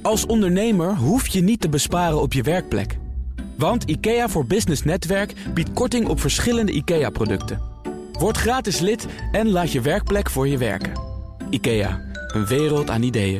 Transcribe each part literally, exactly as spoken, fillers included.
Als ondernemer hoef je niet te besparen op je werkplek. Want IKEA voor Business Netwerk biedt korting op verschillende IKEA-producten. Word gratis lid en laat je werkplek voor je werken. IKEA, een wereld aan ideeën.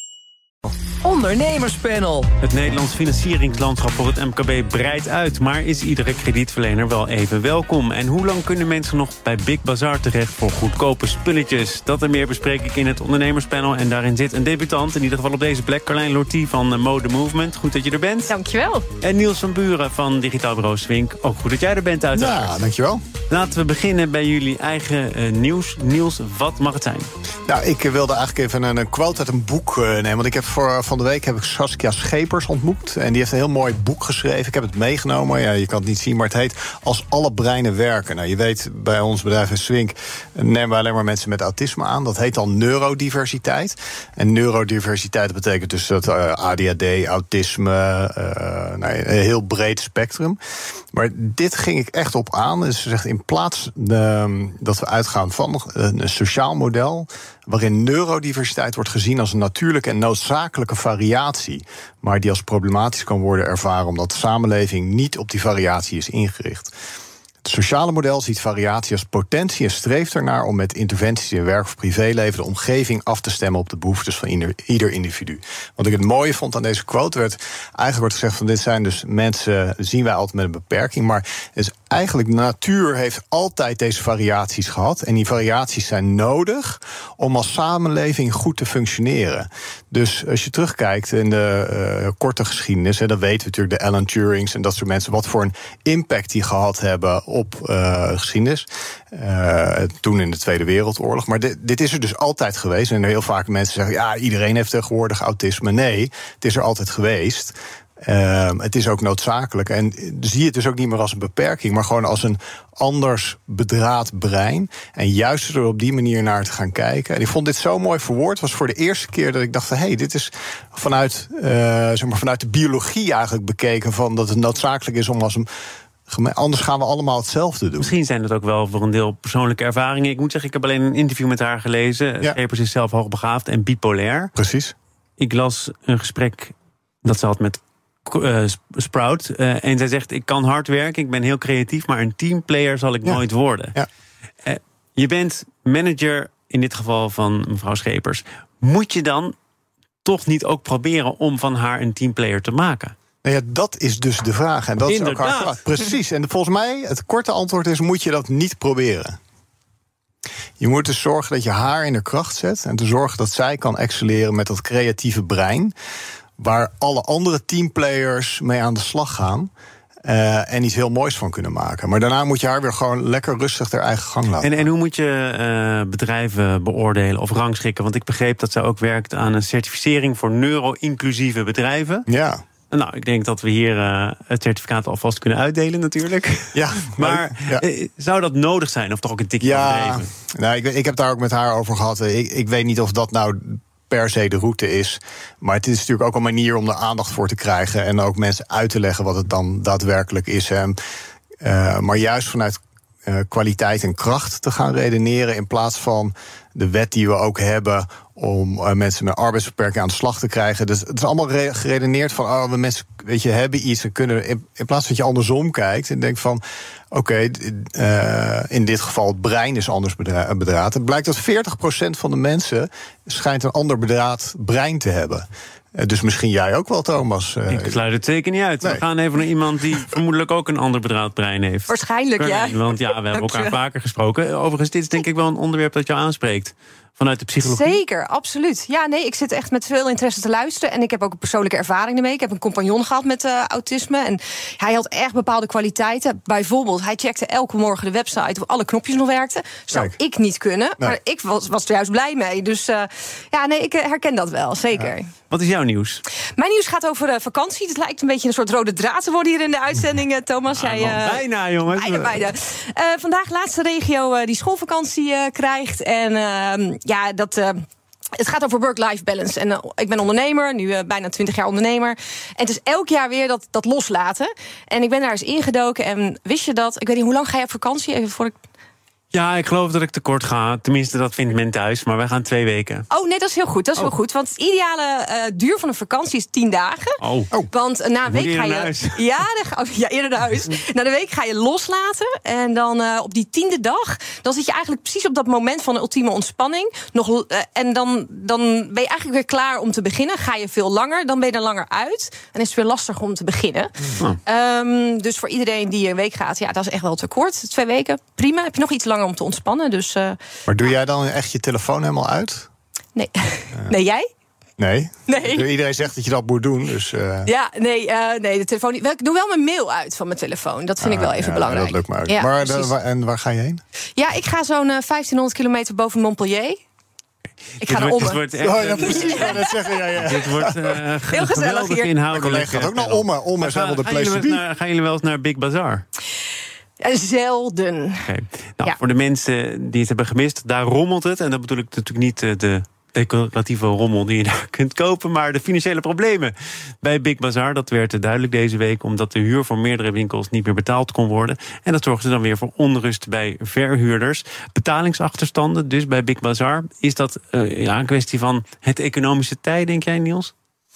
Ondernemerspanel. Het Nederlands financieringslandschap voor het M K B breidt uit, maar is iedere kredietverlener wel even welkom? En hoe lang kunnen mensen nog bij Big Bazaar terecht voor goedkope spulletjes? Dat en meer bespreek ik in het Ondernemerspanel. En daarin zit een debutant, in ieder geval op deze plek, Carlijn Lortie van Mode Movement. Goed dat je er bent. Dankjewel. En Niels van Buren van Digitaal Bureau Swink. Ook goed dat jij er bent, uiteraard. Ja, dankjewel. Laten we beginnen bij jullie eigen uh, nieuws. Niels, wat mag het zijn? Nou, ik wilde eigenlijk even een, een quote uit een boek uh, nemen. Want ik heb voor van de week heb ik Saskia Schepers ontmoet. En die heeft een heel mooi boek geschreven. Ik heb het meegenomen. Ja, je kan het niet zien, maar het heet Als alle breinen werken. Nou, je weet, bij ons bedrijf in Swink nemen we alleen maar mensen met autisme aan. Dat heet dan neurodiversiteit. En neurodiversiteit betekent dus dat uh, A D H D, autisme, uh, nou, een heel breed spectrum. Maar dit ging ik echt op aan. Dus ze zegt, in plaats uh, dat we uitgaan van een sociaal model waarin neurodiversiteit wordt gezien als een natuurlijke en noodzakelijke variatie, maar die als problematisch kan worden ervaren omdat de samenleving niet op die variatie is ingericht. Het sociale model ziet variatie als potentie en streeft ernaar om met interventies in werk of privéleven de omgeving af te stemmen op de behoeftes van ieder, ieder individu. Wat ik het mooie vond aan deze quote werd, eigenlijk wordt gezegd van dit zijn dus mensen, zien wij altijd met een beperking, maar het is eigenlijk, de natuur heeft altijd deze variaties gehad en die variaties zijn nodig om als samenleving goed te functioneren. Dus als je terugkijkt in de uh, korte geschiedenis, hè, dan weten we natuurlijk de Alan Turings en dat soort mensen, wat voor een impact die gehad hebben op uh, geschiedenis. Uh, toen in de Tweede Wereldoorlog. Maar dit, dit is er dus altijd geweest. En heel vaak mensen zeggen, ja, iedereen heeft tegenwoordig autisme. Nee, het is er altijd geweest. Uh, het is ook noodzakelijk. En zie het dus ook niet meer als een beperking, maar gewoon als een anders bedraad brein. En juist er op die manier naar te gaan kijken. En ik vond dit zo mooi verwoord. Het was voor de eerste keer dat ik dacht van, hé, hey, dit is vanuit, uh, zeg maar, vanuit de biologie eigenlijk bekeken, van dat het noodzakelijk is om als een anders gaan we allemaal hetzelfde doen. Misschien zijn het ook wel voor een deel persoonlijke ervaringen. Ik moet zeggen, ik heb alleen een interview met haar gelezen. Ja. Schepers is zelf hoogbegaafd en bipolair. Precies. Ik las een gesprek dat ze had met uh, Sprout. Uh, en zij zegt, ik kan hard werken, ik ben heel creatief, maar een teamplayer zal ik ja. nooit worden. Ja. Uh, je bent manager, in dit geval van mevrouw Schepers. Moet je dan toch niet ook proberen om van haar een teamplayer te maken? Nou ja, dat is dus de vraag. En dat is ook haar vraag. Precies. En volgens mij, het korte antwoord is, moet je dat niet proberen. Je moet dus zorgen dat je haar in de kracht zet en te zorgen dat zij kan excelleren met dat creatieve brein, waar alle andere teamplayers mee aan de slag gaan. Uh, en iets heel moois van kunnen maken. Maar daarna moet je haar weer gewoon lekker rustig haar eigen gang laten. En, en hoe moet je uh, bedrijven beoordelen of rangschikken? Want ik begreep dat zij ook werkt aan een certificering voor neuro-inclusieve bedrijven. Ja. Nou, ik denk dat we hier uh, het certificaat alvast kunnen uitdelen natuurlijk. Ja, maar ja. Uh, zou dat nodig zijn? Of toch ook een tikje ja, overdreven? Nou, ik, ik heb daar ook met haar over gehad. Ik, ik weet niet of dat nou per se de route is. Maar het is natuurlijk ook een manier om er aandacht voor te krijgen en ook mensen uit te leggen wat het dan daadwerkelijk is. Hè. Uh, maar juist vanuit uh, kwaliteit en kracht te gaan redeneren in plaats van de wet die we ook hebben om uh, mensen met arbeidsbeperking aan de slag te krijgen. Dus het is allemaal re- geredeneerd van, oh, we mensen, weet je, hebben iets en kunnen. In, in plaats van dat je andersom kijkt en denkt van, oké, okay, uh, in dit geval het brein is anders bedra- bedraad. Het blijkt dat veertig procent van de mensen schijnt een ander bedraad brein te hebben. Dus misschien jij ook wel, Thomas. Ik sluit het zeker niet uit. Nee. We gaan even naar iemand die vermoedelijk ook een ander bedraad brein heeft. Waarschijnlijk, ja. Want ja, we hebben elkaar vaker gesproken. Overigens, dit is denk ik wel een onderwerp dat jou aanspreekt. Vanuit de psychologie. Zeker, absoluut. Ja, nee, ik zit echt met veel interesse te luisteren. En ik heb ook een persoonlijke ervaring ermee. Ik heb een compagnon gehad met uh, autisme. En hij had echt bepaalde kwaliteiten. Bijvoorbeeld, hij checkte elke morgen de website of alle knopjes nog werkten. Zou Kijk. ik niet kunnen. Nee. Maar ik was, was er juist blij mee. Dus uh, ja, nee, ik herken dat wel, zeker. Ja. Wat is jouw nieuws? Mijn nieuws gaat over uh, vakantie. Het lijkt een beetje een soort rode draad te worden hier in de uitzending, uh, Thomas. Ah, Jij, uh, bijna, jongens. Bijna, bijna. Uh, vandaag laatste regio uh, die schoolvakantie uh, krijgt. En uh, ja, dat... Uh, Het gaat over work-life balance. En uh, ik ben ondernemer, nu uh, bijna twintig jaar ondernemer. En het is elk jaar weer dat, dat loslaten. En ik ben daar eens ingedoken. En wist je dat? Ik weet niet, hoe lang ga je op vakantie? Even voor ik... Ja, ik geloof dat ik tekort ga. Tenminste, dat vindt men thuis. Maar wij gaan twee weken. Oh, nee, dat is heel goed. Dat is oh. heel goed. Want het ideale uh, duur van een vakantie is tien dagen. Oh. oh. Want na een week ga je... naar huis. Ja, dan ga, ja, eerder naar huis. Na de week ga je loslaten. En dan uh, op die tiende dag... dan zit je eigenlijk precies op dat moment van de ultieme ontspanning. Nog, uh, en dan, dan ben je eigenlijk weer klaar om te beginnen. Ga je veel langer, dan ben je er langer uit. En is het weer lastiger om te beginnen. Oh. Um, dus voor iedereen die een week gaat... ja, dat is echt wel te kort. Twee weken, prima. Heb je nog iets langer om te ontspannen. Dus, uh, maar doe jij dan echt je telefoon helemaal uit? Nee. Uh. Nee, jij? Nee. nee. Iedereen zegt dat je dat moet doen. Dus, uh... Ja, nee, uh, nee, de telefoon. Ik doe wel mijn mail uit van mijn telefoon. Dat vind ah, ik wel even ja, belangrijk. Dat lukt me uit. Ja, maar de, waar, en waar ga je heen? Ja, ik ga zo'n uh, vijftienhonderd kilometer boven Montpellier. Ik ga naar Ommen. Dit wordt echt, oh, ja, precies. Ja. Dat zeggen, ja, ja. Dit wordt uh, heel gezellig hier. Mijn collega gaat ook naar Ommen. Ommen is helemaal de place to be. Gaan jullie wel eens naar Big Bazaar? Zelden. Okay. Nou, ja. Voor de mensen die het hebben gemist, daar rommelt het. En dat bedoel ik natuurlijk niet de decoratieve rommel die je daar kunt kopen, maar de financiële problemen bij Big Bazaar. Dat werd duidelijk deze week, omdat de huur voor meerdere winkels niet meer betaald kon worden. En dat zorgde dan weer voor onrust bij verhuurders. Betalingsachterstanden dus bij Big Bazaar. Is dat uh, ja, een kwestie van het economische tij, denk jij, Niels?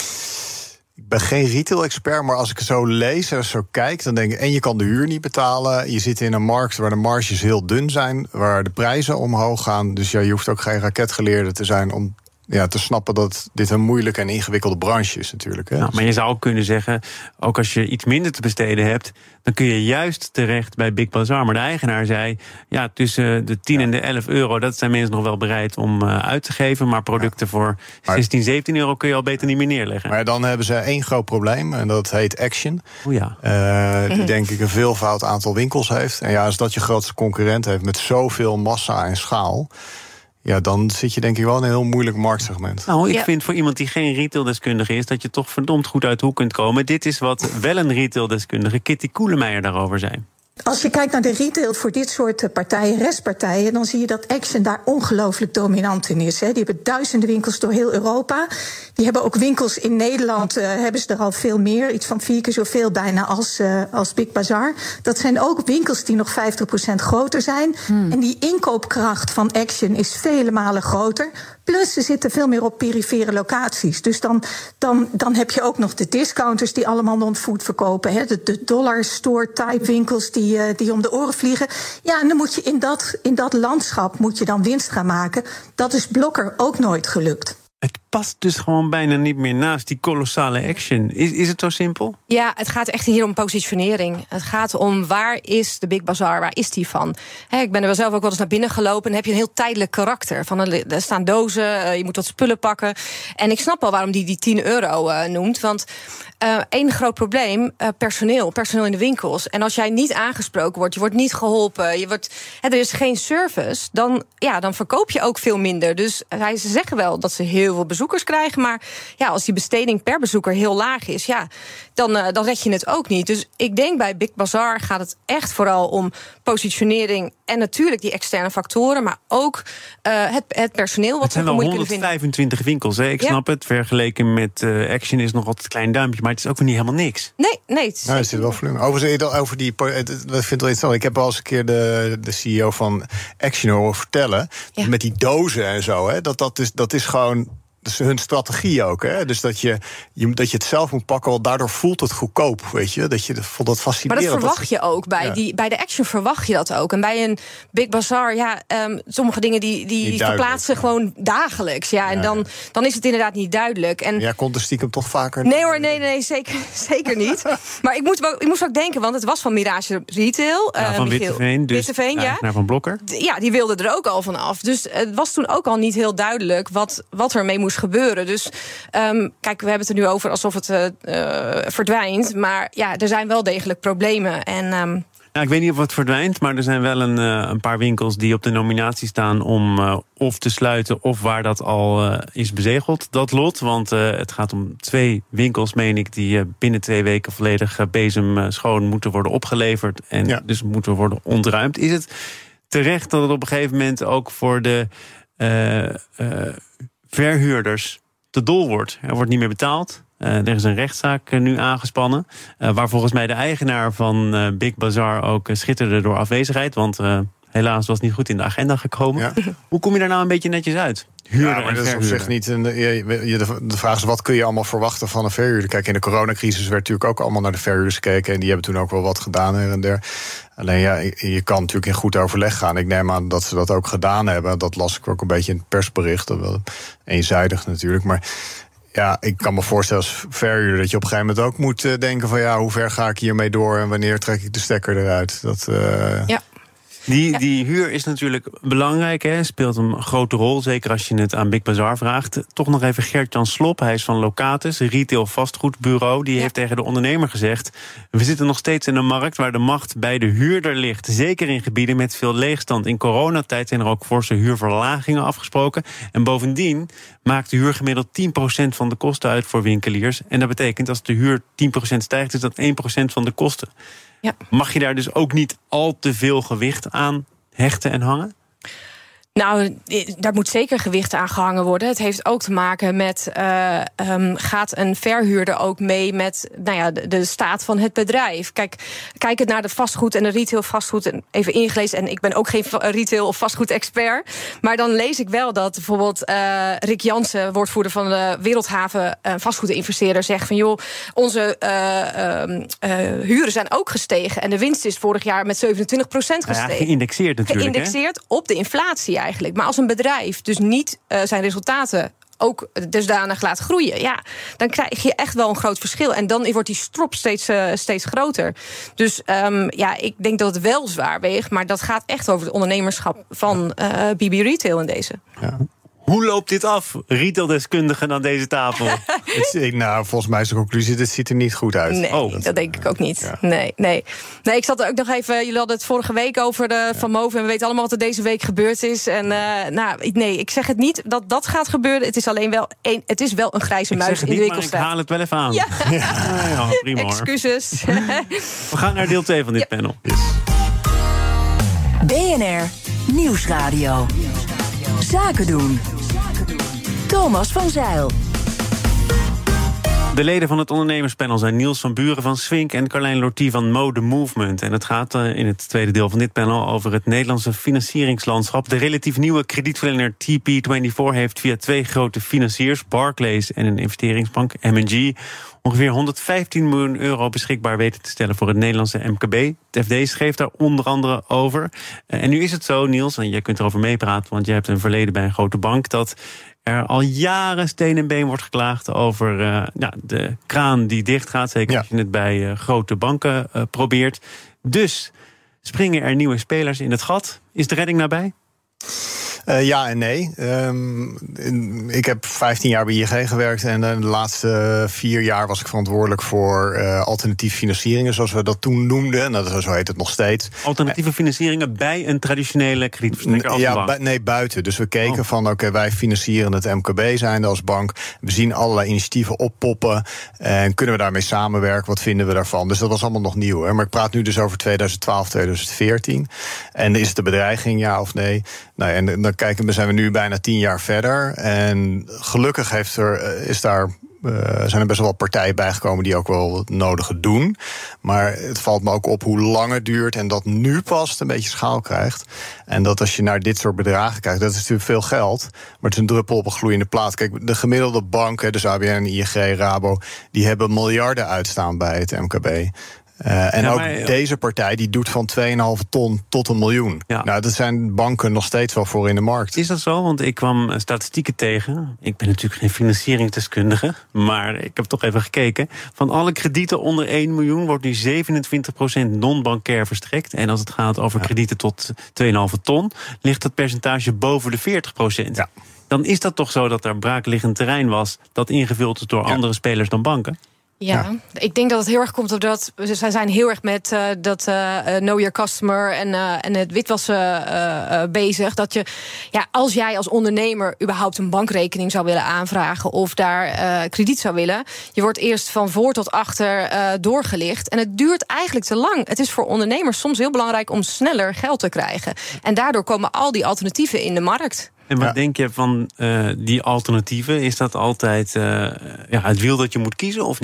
Ik ben geen retail-expert, maar als ik het zo lees en zo kijk, dan denk ik, en je kan de huur niet betalen. Je zit in een markt waar de marges heel dun zijn, waar de prijzen omhoog gaan. Dus ja, je hoeft ook geen raketgeleerde te zijn om ja, te snappen dat dit een moeilijke en ingewikkelde branche is natuurlijk. Hè. Nou, maar je zou ook kunnen zeggen, ook als je iets minder te besteden hebt, dan kun je juist terecht bij Big Bazaar. Maar de eigenaar zei, ja, tussen de tien ja. en de elf euro, dat zijn mensen nog wel bereid om uh, uit te geven. Maar producten ja. voor zestien, zeventien euro kun je al beter niet meer neerleggen. Maar dan hebben ze één groot probleem en dat heet Action. O ja. Uh, die denk ik een veelvoud aantal winkels heeft. En ja, als dat je grootste concurrent heeft met zoveel massa en schaal, ja, dan zit je denk ik wel in een heel moeilijk marktsegment. Nou, ik ja. vind voor iemand die geen retaildeskundige is, dat je toch verdomd goed uit de hoek kunt komen. Dit is wat wel een retaildeskundige, Kitty Koelemeijer, daarover zei. Als je kijkt naar de retail voor dit soort partijen, restpartijen, dan zie je dat Action daar ongelooflijk dominant in is. Hè. Die hebben duizenden winkels door heel Europa. Die hebben ook winkels in Nederland, uh, hebben ze er al veel meer. Iets van vier keer zoveel bijna als, uh, als Big Bazaar. Dat zijn ook winkels die nog vijftig procent groter zijn. Hmm. En die inkoopkracht van Action is vele malen groter. Plus, ze zitten veel meer op perifere locaties. Dus dan, dan, dan heb je ook nog de discounters die allemaal non-food verkopen. Hè. De, de dollar store type winkels die, uh, die om de oren vliegen. Ja, en dan moet je in dat, in dat landschap moet je dan winst gaan maken. Dat is Blokker ook nooit gelukt. Het past dus gewoon bijna niet meer naast die kolossale Action. Is, is het zo simpel? Ja, het gaat echt hier om positionering. Het gaat om waar is de Big Bazaar, waar is die van? He, ik ben er wel zelf ook wel eens naar binnen gelopen en heb je een heel tijdelijk karakter. Van een, er staan dozen, je moet wat spullen pakken. En ik snap wel waarom die die tien euro uh, noemt. Want uh, één groot probleem, uh, personeel. Personeel in de winkels. En als jij niet aangesproken wordt, je wordt niet geholpen, je wordt, he, er is geen service, dan, ja, dan verkoop je ook veel minder. Dus uh, ze zeggen wel dat ze heel veel bezoekers krijgen, maar ja, als die besteding per bezoeker heel laag is, ja, dan, uh, dan red je het ook niet. Dus ik denk bij Big Bazaar gaat het echt vooral om positionering en natuurlijk die externe factoren, maar ook uh, het, het personeel. Wat het zijn wel honderdvijfentwintig winkels, hè? Ik ja. snap het. Vergeleken met uh, Action is nog altijd een klein duimpje, maar het is ook niet helemaal niks. Nee, nee. Het is, nou, het zit wel volume. Over, over die, dat vind ik wel interessant. Ik heb al eens een keer de, de C E O van Action horen vertellen, ja. met die dozen en zo, hè, dat, dat, is, dat is gewoon, dat is hun strategie ook, hè? Dus dat je, je, dat je het zelf moet pakken, want daardoor voelt het goedkoop, weet je? Dat je vond dat fascinerend. Maar dat verwacht je ook. Bij, ja. die, bij de Action verwacht je dat ook. En bij een Big Bazaar, ja, um, sommige dingen die, die verplaatsen gewoon dagelijks. Ja, en ja, dan, ja. dan is het inderdaad niet duidelijk. En ja, komt er stiekem toch vaker? Nee hoor, nee, nee, zeker, zeker niet. Maar ik moest, ik moest ook denken, want het was van Mirage Retail. Ja, uh, van Witteveen, dus Witteveen, ja. Naar Van Blokker. Ja, die wilde er ook al van af. Dus het was toen ook al niet heel duidelijk wat, wat er mee moest gebeuren. Dus um, kijk, we hebben het er nu over alsof het uh, uh, verdwijnt. Maar ja, er zijn wel degelijk problemen. En um, nou, ik weet niet of het verdwijnt, maar er zijn wel een, uh, een paar winkels die op de nominatie staan om uh, of te sluiten of waar dat al uh, is bezegeld, dat lot. Want uh, het gaat om twee winkels, meen ik, die uh, binnen twee weken volledig uh, bezemschoon moeten worden opgeleverd en ja. dus moeten worden ontruimd. Is het terecht dat het op een gegeven moment ook voor de uh, uh, verhuurders te dol wordt? Er wordt niet meer betaald. Uh, er is een rechtszaak uh, nu aangespannen, uh, waar volgens mij de eigenaar van uh, Big Bazaar ook uh, schitterde door afwezigheid, want uh, helaas was niet goed in de agenda gekomen. Ja. Hoe kom je daar nou een beetje netjes uit? Huurder ja, maar dat is op zich niet. Een, de, de vraag is, wat kun je allemaal verwachten van een verhuurder? Kijk, in de coronacrisis werd natuurlijk ook allemaal naar de verhuurders gekeken. En die hebben toen ook wel wat gedaan her en der. Alleen ja, je kan natuurlijk in goed overleg gaan. Ik neem aan dat ze dat ook gedaan hebben. Dat las ik ook een beetje in het persbericht. Dat wel eenzijdig natuurlijk. Maar ja, ik kan me voorstellen als verhuurder dat je op een gegeven moment ook moet denken van ja, hoe ver ga ik hiermee door en wanneer trek ik de stekker eruit? Dat, uh... ja. Die, die huur is natuurlijk belangrijk, hè? Speelt een grote rol, zeker als je het aan Big Bazaar vraagt. Toch nog even Gert-Jan Slop, hij is van Locatus, een retail vastgoedbureau. Die ja. heeft tegen de ondernemer gezegd: we zitten nog steeds in een markt waar de macht bij de huurder ligt. Zeker in gebieden met veel leegstand. In coronatijd zijn er ook forse huurverlagingen afgesproken. En bovendien maakt de huur gemiddeld tien procent van de kosten uit voor winkeliers. En dat betekent als de huur tien procent stijgt, is dat één procent van de kosten. Ja. Mag je daar dus ook niet al te veel gewicht aan hechten en hangen? Nou, daar moet zeker gewicht aan gehangen worden. Het heeft ook te maken met, uh, um, gaat een verhuurder ook mee met nou ja, de, de staat van het bedrijf? Kijk, kijk het naar de vastgoed en de retail vastgoed, even ingelezen. En ik ben ook geen retail of vastgoed-expert. Maar dan lees ik wel dat bijvoorbeeld uh, Rick Jansen, woordvoerder van de Wereldhaven, uh, vastgoedinvesteerder, zegt van joh, onze uh, uh, uh, huren zijn ook gestegen. En de winst is vorig jaar met zevenentwintig procent gestegen. Ja, geïndexeerd natuurlijk. Geïndexeerd hè? op de inflatie eigenlijk. Maar als een bedrijf dus niet uh, zijn resultaten ook dusdanig laat groeien, ja, dan krijg je echt wel een groot verschil. En dan wordt die strop steeds, uh, steeds groter. Dus um, ja, ik denk dat het wel zwaar weegt, maar dat gaat echt over het ondernemerschap van uh, B B Retail in deze. Ja. Hoe loopt dit af, retaildeskundigen aan deze tafel? het, nou, volgens mij is de conclusie, dit ziet er niet goed uit. Nee, oh, dat, dat denk ik ook niet. Ja. Nee, nee. nee, ik zat er ook nog even, jullie hadden het vorige week over de Van Moof, en we weten allemaal wat er deze week gebeurd is. En uh, nou, nee, ik zeg het niet dat dat gaat gebeuren. Het is alleen wel een, het is wel een grijze muis in de winkelstraat. Ik haal het wel even aan. Ja, ja. ja prima hoor. Excuses. We gaan naar deel twee van dit ja. panel. Yes. B N R Nieuwsradio. Zaken doen. Thomas van Zijl. De leden van het ondernemerspanel zijn Niels van Buren van Swink en Carlijn Lortie van Mode Movement. En het gaat uh, in het tweede deel van dit panel over het Nederlandse financieringslandschap. De relatief nieuwe kredietverlener T P eenentwintig heeft via twee grote financiers, Barclays en een investeringsbank, M en G, ongeveer honderdvijftien miljoen euro beschikbaar weten te stellen voor het Nederlandse M K B. Het F D schreef daar onder andere over. Uh, en nu is het zo, Niels, en jij kunt erover meepraten, want jij hebt een verleden bij een grote bank, dat er al jaren steen en been wordt geklaagd over uh, ja, de kraan die dicht gaat. Zeker ja. als je het bij uh, grote banken uh, probeert. Dus springen er nieuwe spelers in het gat. Is de redding nabij? Uh, ja en nee. Um, ik heb vijftien jaar bij I N G gewerkt en de laatste vier jaar was ik verantwoordelijk voor uh, alternatieve financieringen, zoals we dat toen noemden. Nou, zo heet het nog steeds. Alternatieve financieringen bij een traditionele kredietverstrekker als ja, bank? Bu- nee, buiten. Dus we keken oh. van, oké, okay, wij financieren het M K B zijnde als bank. We zien allerlei initiatieven oppoppen. En kunnen we daarmee samenwerken? Wat vinden we daarvan? Dus dat was allemaal nog nieuw. Hè? Maar ik praat nu dus over tweeduizend twaalf, tweeduizend veertien. En is het een bedreiging, ja of nee? Nou, en dan kijken we, zijn we nu bijna tien jaar verder. En gelukkig heeft er, is daar, uh, zijn er best wel wat partijen bijgekomen die ook wel het nodige doen. Maar het valt me ook op hoe lang het duurt en dat nu pas een beetje schaal krijgt. En dat als je naar dit soort bedragen kijkt, dat is natuurlijk veel geld, maar het is een druppel op een gloeiende plaat. Kijk, de gemiddelde banken, dus A B N, I N G, Rabo, die hebben miljarden uitstaan bij het M K B. Uh, en ja, ook maar, deze partij die doet van twee komma vijf ton tot een miljoen. Ja. Nou, dat zijn banken nog steeds wel voor in de markt. Is dat zo? Want ik kwam statistieken tegen. Ik ben natuurlijk geen financieringsdeskundige, maar ik heb toch even gekeken. Van alle kredieten onder één miljoen wordt nu zevenentwintig procent non-bankair verstrekt. En als het gaat over ja. kredieten tot twee komma vijf ton, ligt dat percentage boven de veertig procent. Ja. Dan is dat toch zo dat er braakliggend terrein was dat ingevuld is door ja. andere spelers dan banken? Ja, ja, ik denk dat het heel erg komt doordat zij zijn heel erg met uh, dat uh, know your customer en, uh, en het witwassen uh, uh, bezig. Dat je, ja, als jij als ondernemer überhaupt een bankrekening zou willen aanvragen of daar uh, krediet zou willen, je wordt eerst van voor tot achter uh, doorgelicht. En het duurt eigenlijk te lang. Het is voor ondernemers soms heel belangrijk om sneller geld te krijgen. En daardoor komen al die alternatieven in de markt. En wat ja. denk je van uh, die alternatieven? Is dat altijd uh, ja, het wiel dat je moet kiezen of niet?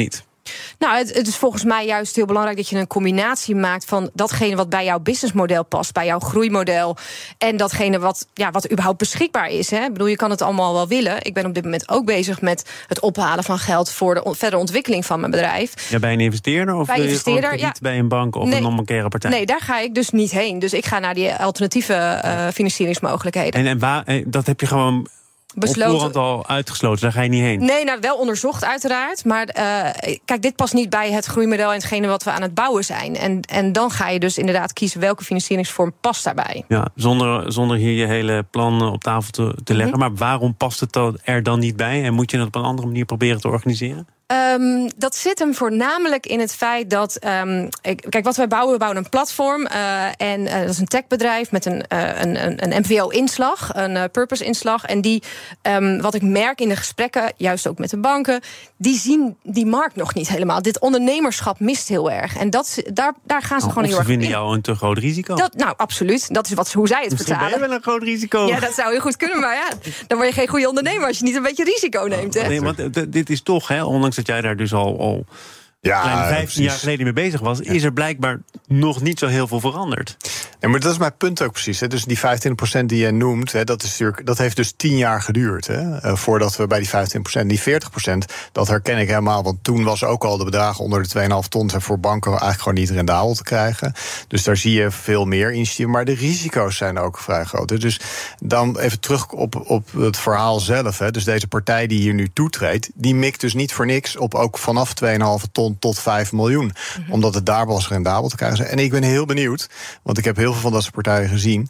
Nou, het, het is volgens mij juist heel belangrijk dat je een combinatie maakt van datgene wat bij jouw businessmodel past, bij jouw groeimodel, en datgene wat, ja, wat überhaupt beschikbaar is. Hè. Ik bedoel, je kan het allemaal wel willen. Ik ben op dit moment ook bezig met het ophalen van geld voor de on- verdere ontwikkeling van mijn bedrijf. Ja, bij een investeerder of bij wil je investeerder, gewoon krediet ja. bij een bank of Nee. een non-bankaire partij? Nee, daar ga ik dus niet heen. Dus ik ga naar die alternatieve uh, financieringsmogelijkheden. En, en waar, dat heb je gewoon besloten. op voorhand al uitgesloten, daar ga je niet heen? Nee, nou wel onderzocht uiteraard. Maar uh, kijk, dit past niet bij het groeimodel en hetgene wat we aan het bouwen zijn. En, en dan ga je dus inderdaad kiezen welke financieringsvorm past daarbij. Ja, zonder, zonder hier je hele plan op tafel te, te leggen. Mm-hmm. Maar waarom past het er dan niet bij? En moet je het op een andere manier proberen te organiseren? Um, dat zit hem voornamelijk in het feit dat... Um, kijk, wat wij bouwen, we bouwen een platform. Uh, en uh, dat is een techbedrijf met een, uh, een, een, een M V O-inslag, een uh, purpose-inslag. En die, um, wat ik merk in de gesprekken, juist ook met de banken, die zien die markt nog niet helemaal. Dit ondernemerschap mist heel erg. En dat, daar, daar gaan ze Oh, gewoon heel erg in. Ze vinden jou een te groot risico? Dat, nou, absoluut. Dat is wat, hoe zij het Misschien vertalen. ben je wel een groot risico. Ja, dat zou heel goed kunnen. Maar ja, dan word je geen goede ondernemer als je niet een beetje risico neemt. Hè? Nee, want d- dit is toch, hè, ondanks dat jij daar dus al, al Ja, kleine vijftien precies. jaar geleden mee bezig was, is er blijkbaar nog niet zo heel veel veranderd. Ja, maar dat is mijn punt ook precies. Hè. Dus die vijfentwintig procent die je noemt, hè, dat, is natuurlijk, dat heeft dus tien jaar geduurd. Hè, uh, voordat we bij die vijfentwintig procent, die veertig procent, dat herken ik helemaal. Want toen was ook al de bedragen onder de twee komma vijf ton zijn voor banken eigenlijk gewoon niet rendabel te krijgen. Dus daar zie je veel meer initiatieven. Maar de risico's zijn ook vrij groot. Hè. Dus dan even terug op, op het verhaal zelf. Hè. Dus deze partij die hier nu toetreedt, die mikt dus niet voor niks op ook vanaf twee komma vijf ton tot vijf miljoen. Mm-hmm. Omdat het daar pas rendabel te krijgen is. En ik ben heel benieuwd, want ik heb heel veel van dat soort partijen gezien.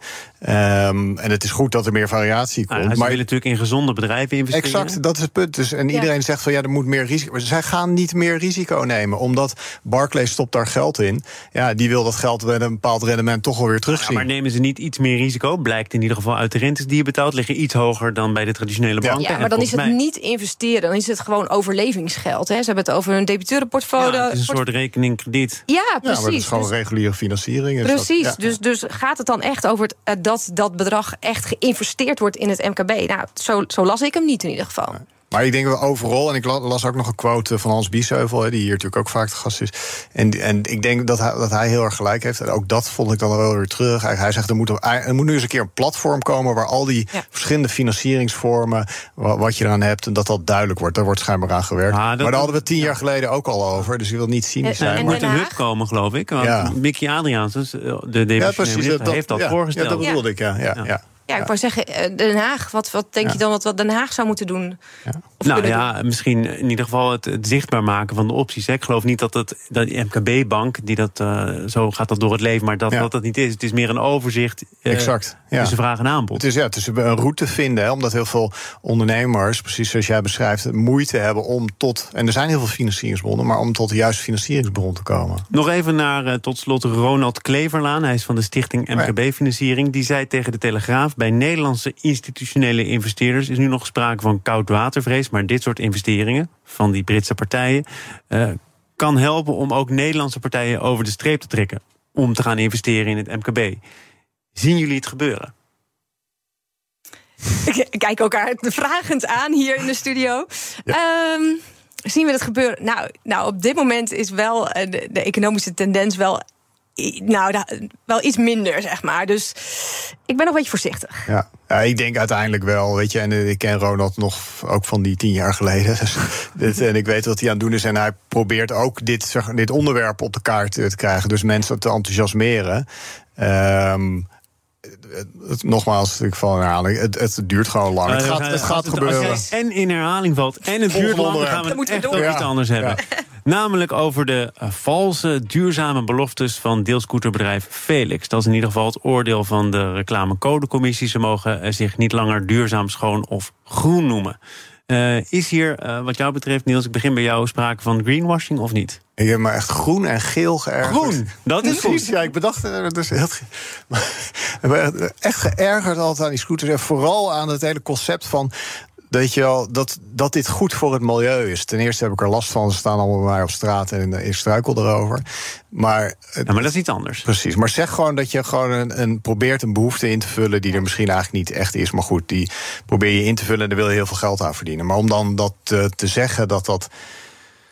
Um, en het is goed dat er meer variatie komt. Nou, ze maar willen natuurlijk in gezonde bedrijven investeren. Exact, dat is het punt. Dus, en ja. iedereen zegt van ja, er moet meer risico. Maar zij gaan niet meer risico nemen, omdat Barclays stopt daar geld in. Ja, die wil dat geld met een bepaald rendement toch wel weer terugzien. Ja, maar nemen ze niet iets meer risico? Blijkt in ieder geval uit de rentes die je betaalt, liggen iets hoger dan bij de traditionele banken. Ja, maar dan is het mij... niet investeren, dan is het gewoon overlevingsgeld. Hè. Ze hebben het over hun debiteurenportfolio. Ja, het is een soort rekening krediet. Ja, Ja, precies. maar dat is gewoon dus, reguliere financiering. Is precies, dat, ja. dus, dus gaat het dan echt over het, uh, dat dat bedrag echt geïnvesteerd wordt in het M K B? Nou, zo, zo las ik hem niet in ieder geval. Ja. Maar ik denk wel overal, en ik las ook nog een quote van Hans Biesheuvel, die hier natuurlijk ook vaak te gast is. En, en ik denk dat hij, dat hij heel erg gelijk heeft. En ook dat vond ik dan wel weer terug. Hij zegt, er moet, er moet nu eens een keer een platform komen waar al die ja. verschillende financieringsvormen, wat je eraan hebt, en dat dat duidelijk wordt. Daar wordt schijnbaar aan gewerkt. Ah, maar daar hadden we tien jaar geleden ook al over. Dus je wil niet cynisch zijn. Er moet een hub komen, geloof ik. Want ja. Mickey Adriaansens, de demissionaire ja, heeft dat ja, voorgesteld. Ja, dat bedoelde ik, ja. ja, ja. ja. Ja, ik wou zeggen, Den Haag, wat, wat denk ja. je dan wat, wat Den Haag zou moeten doen? Ja. Nou ja, doen? Misschien in ieder geval het, het zichtbaar maken van de opties. Hè. Ik geloof niet dat, het, dat die M K B-bank, die dat, uh, zo gaat dat door het leven, maar dat ja. dat, dat niet is. Het is meer een overzicht uh, exact, ja. tussen vraag en aanbod. Het is, ja, het is een route vinden, hè, omdat heel veel ondernemers, precies zoals jij beschrijft, moeite hebben om tot, en er zijn heel veel financieringsbronnen, maar om tot de juiste financieringsbron te komen. Nog even naar, uh, tot slot, Ronald Kleverlaan. Hij is van de stichting M K B-financiering. Die zei tegen de Telegraaf, bij Nederlandse institutionele investeerders is nu nog sprake van koudwatervrees, maar dit soort investeringen van die Britse partijen uh, kan helpen om ook Nederlandse partijen over de streep te trekken om te gaan investeren in het M K B. Zien jullie het gebeuren? Ik kijk elkaar vragend aan hier in de studio. Ja. Um, zien we het gebeuren? Nou, nou, op dit moment is wel de, de economische tendens wel Nou, wel iets minder, zeg maar. Dus ik ben nog een beetje voorzichtig. Ja, ja ik denk uiteindelijk wel, weet je. En ik ken Ronald nog ook van die tien jaar geleden. Dus dit, en ik weet wat hij aan het doen is. En hij probeert ook dit, zeg, dit onderwerp op de kaart te krijgen. Dus mensen te enthousiasmeren. Um, Het, het, nogmaals, ik val in herhaling. Het, het duurt gewoon lang. Uh, het gaat, het gaat het, gebeuren. Als je en in herhaling valt en het duurt lang, dan gaan we het echt over ja. iets anders hebben. Ja. Namelijk over de uh, valse, duurzame beloftes van deelscooterbedrijf Felix. Dat is in ieder geval het oordeel van de reclamecodecommissie. Ze mogen uh, zich niet langer duurzaam, schoon of groen noemen. Uh, is hier, uh, wat jou betreft, Niels, ik begin bij jou, sprake van greenwashing of niet? Ik heb me echt groen en geel geërgerd. Groen, dat is precies. Ja, ik bedacht het is heel, echt geërgerd altijd aan die scooters. En vooral aan het hele concept van dat, je wel, dat, dat dit goed voor het milieu is. Ten eerste heb ik er last van. Ze staan allemaal bij mij op straat en ik struikel erover. Maar, ja, maar dat is iets anders. Precies. Maar zeg gewoon dat je gewoon een, een probeert een behoefte in te vullen die er misschien eigenlijk niet echt is. Maar goed, die probeer je in te vullen en daar wil je heel veel geld aan verdienen. Maar om dan dat te, te zeggen dat dat...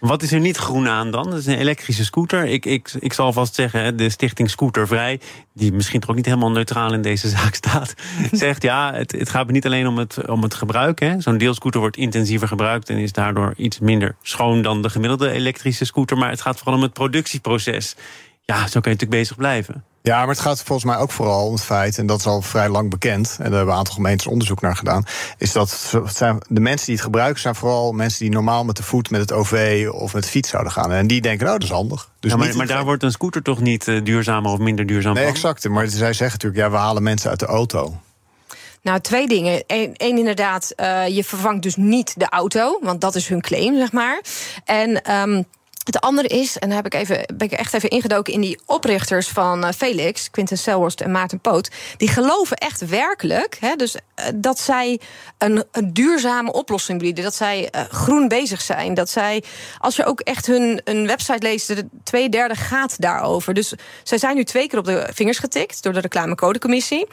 Wat is er niet groen aan dan? Dat is een elektrische scooter. Ik, ik, ik zal vast zeggen, de stichting Scootervrij, die misschien toch ook niet helemaal neutraal in deze zaak staat, zegt ja, het, het gaat niet alleen om het, om het gebruik. Hè. Zo'n deelscooter wordt intensiever gebruikt en is daardoor iets minder schoon dan de gemiddelde elektrische scooter. Maar het gaat vooral om het productieproces. Ja, zo kun je natuurlijk bezig blijven. Ja, maar het gaat volgens mij ook vooral om het feit, en dat is al vrij lang bekend, en daar hebben een aantal gemeentes onderzoek naar gedaan, is dat het zijn, de mensen die het gebruiken zijn vooral mensen die normaal met de voet, met het O V of met de fiets zouden gaan. En die denken, nou, dat is handig. Dus ja, maar niet maar daar wordt een scooter toch niet uh, duurzamer of minder duurzaam nee, van? Nee, exact. Maar zij zeggen natuurlijk, ja, we halen mensen uit de auto. Nou, twee dingen. Eén, één inderdaad, uh, je vervangt dus niet de auto, want dat is hun claim, zeg maar. En Um het andere is, en daar heb ik even, ben ik echt even ingedoken in die oprichters van uh, Felix, Quinten Selhorst en Maarten Poot, die geloven echt werkelijk, hè, dus, uh, dat zij een, een duurzame oplossing bieden, dat zij uh, groen bezig zijn, dat zij, als je ook echt hun een website leest, de twee derde gaat daarover. Dus zij zijn nu twee keer op de vingers getikt door de reclamecodecommissie.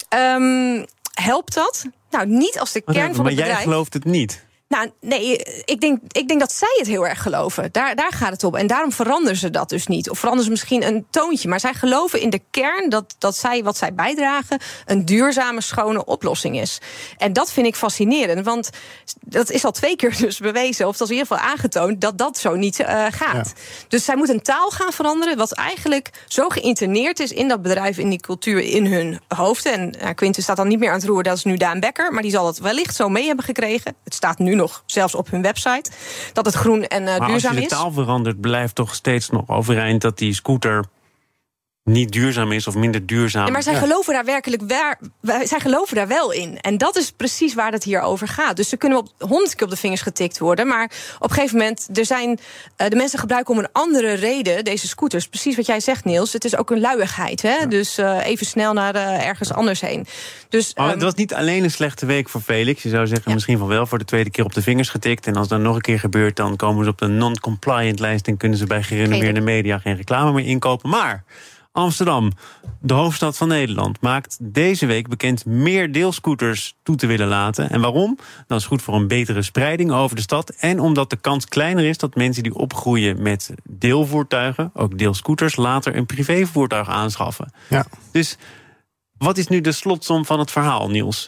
Um, helpt dat? Nou, niet als de kern maar, van maar het bedrijf. Maar jij gelooft het niet. Nou, nee, ik denk, ik denk dat zij het heel erg geloven. Daar, daar gaat het om. En daarom veranderen ze dat dus niet. Of veranderen ze misschien een toontje. Maar zij geloven in de kern dat, dat zij, wat zij bijdragen, een duurzame, schone oplossing is. En dat vind ik fascinerend. Want dat is al twee keer dus bewezen, of dat is in ieder geval aangetoond, dat dat zo niet uh, gaat. Ja. Dus zij moeten een taal gaan veranderen, wat eigenlijk zo geïnterneerd is in dat bedrijf, in die cultuur, in hun hoofden. En uh, Quinten staat dan niet meer aan het roer, dat is nu Daan Becker. Maar die zal het wellicht zo mee hebben gekregen. Het staat nu nog zelfs op hun website, dat het groen en uh, maar duurzaam is. Als je de taal verandert, blijft toch steeds nog overeind dat die scooter niet duurzaam is of minder duurzaam. Ja, maar zij ja. geloven daar werkelijk waar, zij geloven daar wel in. En dat is precies waar het hier over gaat. Dus ze kunnen op honderd keer op de vingers getikt worden, maar op een gegeven moment, er zijn uh, de mensen gebruiken om een andere reden deze scooters. Precies wat jij zegt, Niels. Het is ook een luiigheid, hè? Ja. Dus uh, even snel naar uh, ergens anders heen. Dus, maar um, het was niet alleen een slechte week voor Felix. Je zou zeggen, ja. misschien van wel voor de tweede keer op de vingers getikt. En als dat nog een keer gebeurt, dan komen ze op de non-compliant lijst en kunnen ze bij gerenommeerde media geen reclame meer inkopen. Maar Amsterdam, de hoofdstad van Nederland, maakt deze week bekend meer deelscooters toe te willen laten. En waarom? Dat is goed voor een betere spreiding over de stad. En omdat de kans kleiner is dat mensen die opgroeien met deelvoertuigen, ook deelscooters, later een privévoertuig aanschaffen. Ja. Dus wat is nu de slotsom van het verhaal, Niels?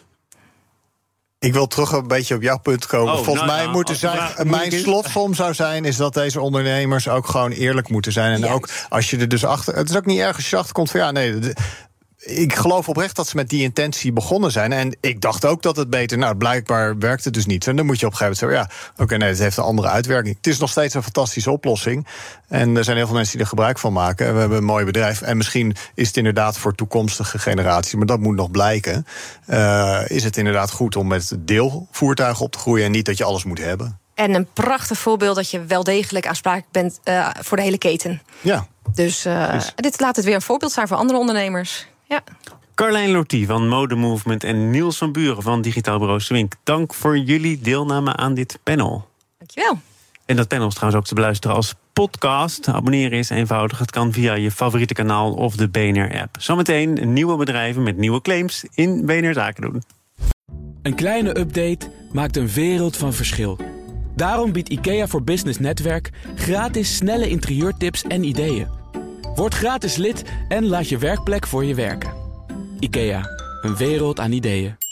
Ik wil terug een beetje op jouw punt komen. Oh, Volgens nou, mij nou, moeten zij, mijn slotsom zou zijn, is dat deze ondernemers ook gewoon eerlijk moeten zijn. En ja. ook als je er dus achter. Het is ook niet erg als je achterkomt van ja, nee. De, ik geloof oprecht dat ze met die intentie begonnen zijn. En ik dacht ook dat het beter. Nou, blijkbaar werkt het dus niet. En dan moet je op een gegeven moment zeggen, ja, oké, okay, nee, het heeft een andere uitwerking. Het is nog steeds een fantastische oplossing. En er zijn heel veel mensen die er gebruik van maken. We hebben een mooi bedrijf. En misschien is het inderdaad voor toekomstige generaties, maar dat moet nog blijken. Uh, is het inderdaad goed om met deelvoertuigen op te groeien en niet dat je alles moet hebben. En een prachtig voorbeeld dat je wel degelijk aansprakelijk bent uh, voor de hele keten. Ja. Dus, uh, dus dit laat het weer een voorbeeld zijn voor andere ondernemers. Ja. Carlijn Lortie van Mode Movement en Niels van Buren van Digitaal Bureau Swink. Dank voor jullie deelname aan dit panel. Dankjewel. En dat panel is trouwens ook te beluisteren als podcast. Abonneren is eenvoudig. Het kan via je favoriete kanaal of de B N R-app. Zometeen nieuwe bedrijven met nieuwe claims in B N R Zaken doen. Een kleine update maakt een wereld van verschil. Daarom biedt IKEA voor Business Netwerk gratis snelle interieurtips en ideeën. Word gratis lid en laat je werkplek voor je werken. IKEA, een wereld aan ideeën.